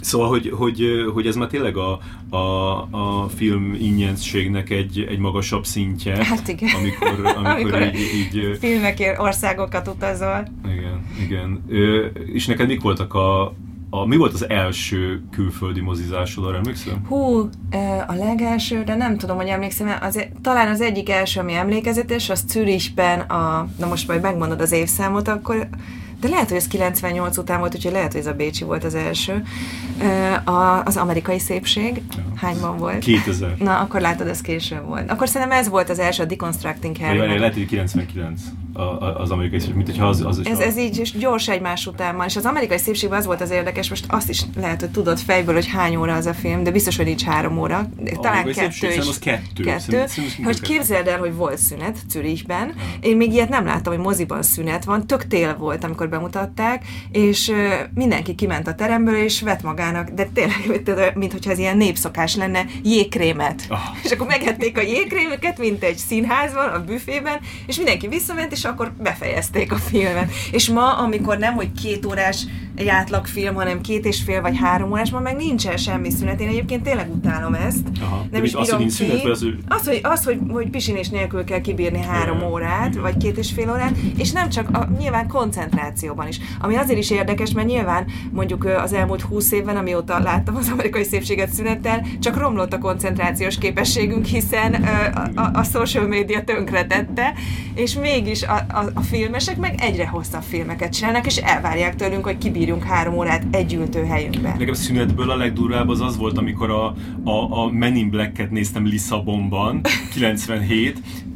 Szóval, hogy ez már tényleg a film ingyenségnek egy magasabb szintje. Hát igen. Amikor így filmekért országokat utazol. Igen. És neked mik voltak mi volt az első külföldi mozizásod, arra emlékszem? A legelső, de nem tudom, hogy emlékszem, talán az egyik első, ami emlékezetes, az Zürichben na most majd megmondod az évszámot, akkor, de lehet, hogy ez 98 után volt, úgyhogy lehet, hogy ez a bécsi volt az első. Az Amerikai Szépség. Hányban volt? 2000. Na, akkor látod, ez később volt. Akkor szerintem ez volt az első, a Deconstructing Harry. Lehet, hogy 99 az Amerikai Szépség, mint hogyha az is ez így gyors egymás után van, és az Amerikai Szépségben az volt az érdekes, most azt is lehet, hogy tudod fejből, hogy hány óra az a film, de biztos, hogy nincs 3 óra. Talán 2 is. Az 2. Hogy képzeld el, hogy volt szünet Zürichben. Én még ilyet nem láttam, hogy moziban szünet van. Tök tél volt, amikor bemutatták, és mindenki kiment a teremből, és vett magának, de tényleg, minthogyha ez ilyen népszokás lenne, jégkrémet. És akkor megették a jégkrémeket, mint egy színházban, a büfében, és mindenki visszament, és akkor befejezték a filmet. És ma, amikor nem, hogy 2 órás egy átlagfilm, hanem 2,5 vagy 3 órás, ma meg nincsen semmi szünet. Én egyébként tényleg utálom ezt. Nem is bírom ki. Az, hogy pisinés nélkül kell kibírni 3 órát, vagy 2,5 órát, és nem csak, nyilván koncentrációban is. Ami azért is érdekes, mert nyilván mondjuk az elmúlt 20 évben, amióta láttam az Amerikai Szépséget szünettel, csak romlott a koncentrációs képességünk, hiszen a social media tönkretette, és mégis a filmesek meg egyre hosszabb filmeket csinálnak, és elvárják tőlünk, hogy kibírjunk 3 órát egy ültőhelyünkben. Nekem szünetből a legdurvább az volt, amikor a Men in Black-et néztem Lisszabonban, 97,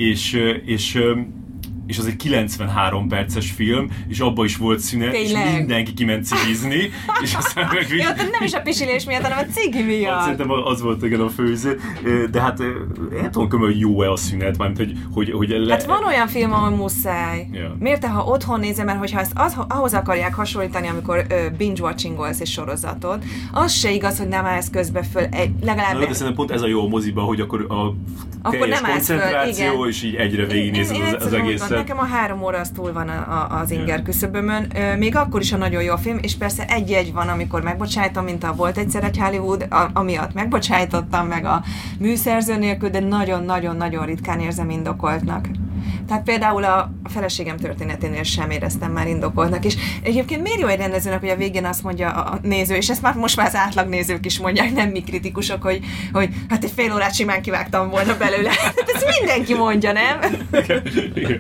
és az egy 93 perces film, és abban is volt szünet, tényleg? És mindenki kiment cigizni, és aztán meg... Jó, nem is a pisilés miatt, hanem a cigi miatt. Szerintem az volt igen a főző, de hát nem tudom, hogy jó-e a szünet, mármint, hogy Hát van olyan film, ahol muszáj. Yeah. Miért te, ha otthon nézem, mert hogyha ezt ahhoz akarják hasonlítani, amikor binge-watchingolsz egy sorozatot, az se igaz, hogy nem állsz közbe föl, legalább... Na, de szerintem pont ez a jó a moziban, hogy akkor teljes koncentráció, föl, és így egyre végignézed az egészet. Nekem a 3 óra az túl van az inger küszöbömön, még akkor is a nagyon jó a film, és persze egy van, amikor megbocsájtom, mint a Volt egyszer egy Hollywood, amiatt megbocsájtottam, meg a Műszerző nélkül, de nagyon-nagyon-nagyon ritkán érzem indokoltnak. Tehát például a feleségem történeténél sem éreztem már indokoltnak, és egyébként miért jó egy rendezőnek, hogy a végén azt mondja a néző, és ezt már most már az átlagnézők is mondják, nem mi kritikusok, hogy hát egy fél órát simán kivágtam volna belőle. Hát ezt mindenki mondja, nem? Igen.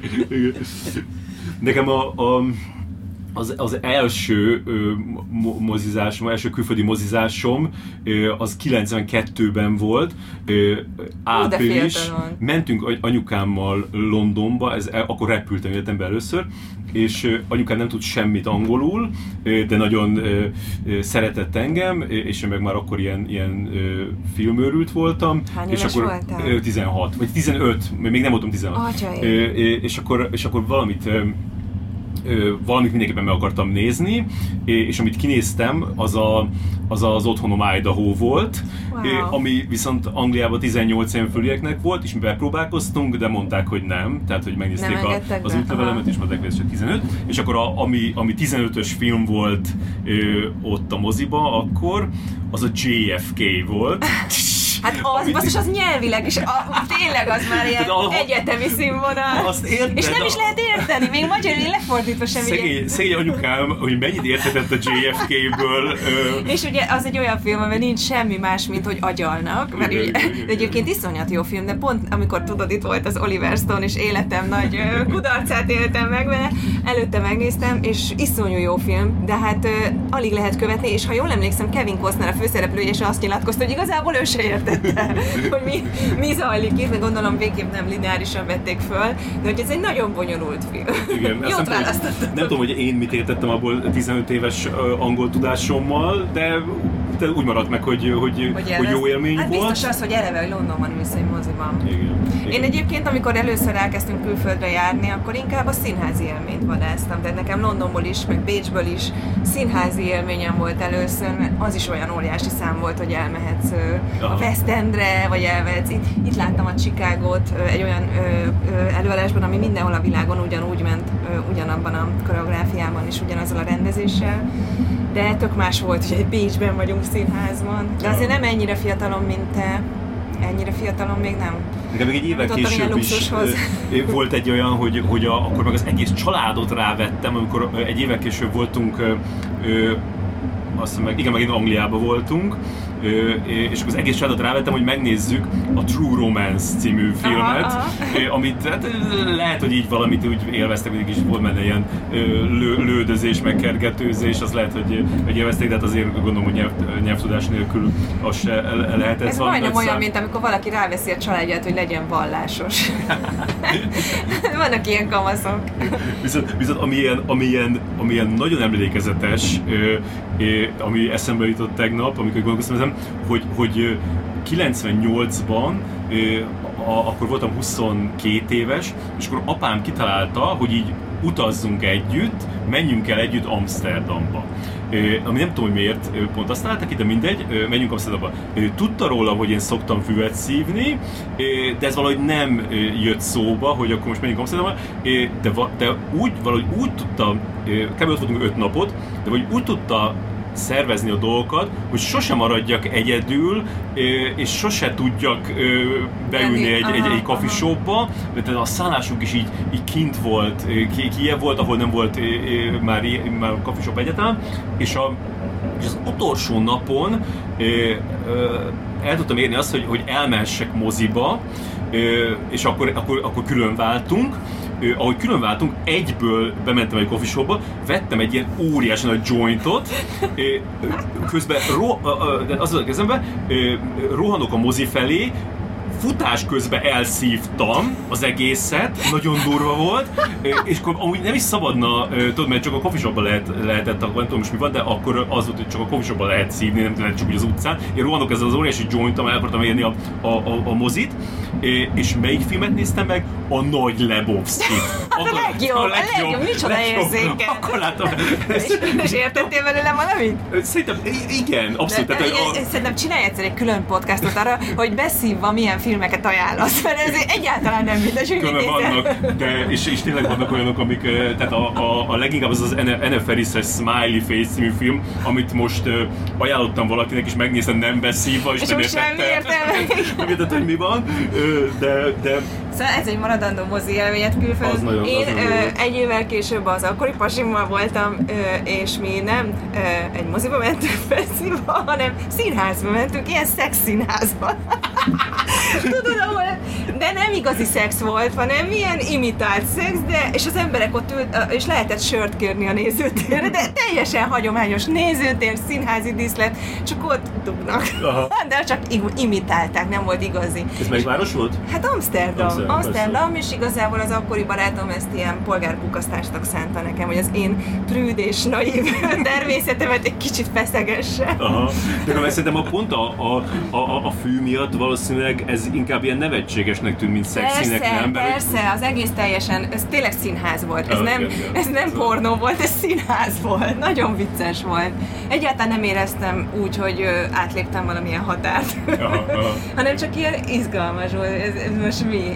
Nekem az első mozizásom, első külföldi mozizásom az 92-ben volt, április, mentünk anyukámmal Londonba, akkor repültem életemben először, és anyukám nem tud semmit angolul, de nagyon szeretett engem, és én meg már akkor ilyen filmőrült voltam. Hány éves voltál? 16, vagy 15, még nem voltam 16. És akkor valamit mindenképpen meg akartam nézni, és amit kinéztem, az otthonom Idaho volt, wow. Ami viszont Angliában 18 éven fölieknek volt, és mi bepróbálkoztunk, de mondták, hogy nem, tehát hogy megnézték az útlevelemet, és mondták, hogy ez csak 15, és akkor ami 15-ös film volt ott a moziba, akkor az a JFK volt. Hát az nyelvileg is, tényleg az már ilyen egyetemi színvonal. És nem is lehet érteni, még magyarul lefordítva sem. Szegény anyukám, hogy mennyit értetett a JFK-ből. És ugye az egy olyan film, amiben nincs semmi más, mint hogy agyalnak, mert ugye, de egyébként iszonyat jó film, de pont amikor tudod, itt volt az Oliver Stone, és életem nagy kudarcát éltem meg vele, előtte megnéztem, és iszonyú jó film, de hát alig lehet követni, és ha jól emlékszem, Kevin Costner a főszereplő, és azt nyilatkozta, hogy igazából ő se értette, hogy mi zajlik itt, de gondolom végképp nem lineárisan vették föl, de hogy ez egy nagyon bonyolult film. Igen, jót választottam. Nem tudom, hogy én mit értettem abból 15 éves angol tudásommal, de úgy maradt meg, hogy jó élmény volt. Hát biztos az, hogy eleve, hogy Londonban ülsz egy moziban. Igen. Én egyébként, amikor először elkezdtünk külföldre járni, akkor inkább a színházi élményt vadáztam. Tehát nekem Londonból is, meg Bécsből is színházi élményem volt először, mert az is olyan óriási szám volt, hogy elmehetsz a West Endre, vagy elmehetsz. Itt láttam a Chicagót egy olyan előadásban, ami mindenhol a világon ugyanúgy ment, ugyanabban a koreográfiában és ugyanazzal a rendezéssel. de tök más volt, hogy egy Bécsben vagyunk színházban. De azért nem ennyire fiatalon, mint te. Ennyire fiatalon még nem. Nekem még egy évvel később is volt egy olyan, hogy akkor meg az egész családot rávettem, amikor egy évvel később voltunk, azt meg, igen, megint Angliában voltunk, és akkor az egész családot rávettem, hogy megnézzük a True Romance című filmet, amit hát, lehet, hogy így valamit úgy élveztek, mindig is volt benne ilyen lődözés, meg kergetőzés, az lehet, hogy élvezték, de hát azért gondolom, hogy nyelvtudás nélkül az se lehetett. Ez majdnem olyan, mint amikor valaki ráveszi a családját, hogy legyen vallásos. Vannak ilyen kamaszok. Viszont ami ilyen nagyon emlékezetes, ami eszembe jutott tegnap, amikor gondolkoztam ezen, hogy 98-ban akkor voltam 22 éves, és akkor apám kitalálta, hogy így utazzunk együtt, menjünk el együtt Amsterdamba. Ami nem tudom, hogy miért pont azt találtak ki, de mindegy, menjünk Amsterdamba. Tudta róla, hogy én szoktam füvet szívni, de ez valahogy nem jött szóba, hogy akkor most menjünk Amsterdamba, de valahogy úgy tudta, kb. Ott voltunk 5 napot, de valahogy úgy tudta szervezni a dolgokat, hogy sose maradjak egyedül, és sose tudjak beülni egy coffee shopba, de a szállásunk is így kint volt, Kijev volt, ahol nem volt már coffee shop egyáltalán, és az utolsó napon el tudtam érni azt, hogy elmehessek moziba, és akkor külön váltunk. Ahogy külön váltunk, egyből bementem egy coffee shopba, vettem egy ilyen óriási nagy jointot, közben az volt a kezemben, rohanok a mozi felé, futás közben elszívtam az egészet, nagyon durva volt, és akkor amúgy nem is szabadna, tudod, mert csak a coffee shopban lehetett, akkor nem tudom most mi van, de akkor az volt, hogy csak a coffee shopban lehet szívni, nem lehet csak úgy az utcán. Én rohanok ezzel az óriási jointom, el akartam érni a mozit, és melyik filmet néztem meg? A Nagy Lebowskit. A legjobb, micsoda érzéke. Akkor láttam. És értettél belőle valamit? Szerintem igen, abszolút. Szerintem csinálj egyszer egy külön podcastot arra, hogy beszívva milyen filmeket ajánlasz, mert ez egyáltalán nem mindegy, hogy mit vannak, és tényleg vannak olyanok, amik, tehát a leginkább az Anna Faris-es Smiley Face című film, amit most ajánlottam valakinek, és megnéztem nem beszívva, és nem értette, hogy mi van, de szóval ez egy maradandó mozi élményet külföldön. Én egy évvel később az akkori pasimmal voltam, és mi nem egy moziba mentünk fesztiválba, hanem színházba mentünk, ilyen szexszínházba. Tudod, ahol, de nem igazi szex volt, hanem ilyen imitált szex, és az emberek ott ült, és lehetett sört kérni a nézőtérre, de teljesen hagyományos nézőtér, színházi díszlet, csak ott dugnak. Aha. De csak imitálták, nem volt igazi. Ez melyik város volt? Hát Amsterdam, és igazából az akkori barátom ezt ilyen polgárpukasztásnak szánta nekem, hogy az én prűd és naív természetemet egy kicsit feszegesse. Aha. De szerintem pont a fű miatt valószínűleg ez inkább ilyen nevetségesnek tűnt, mint szexinek, nem? Persze, az egész teljesen, ez tényleg színház volt, ez nem pornó volt, ez színház volt, nagyon vicces volt. Egyáltalán nem éreztem úgy, hogy átléptem valamilyen határt, hanem csak ilyen izgalmas volt, ez most mi?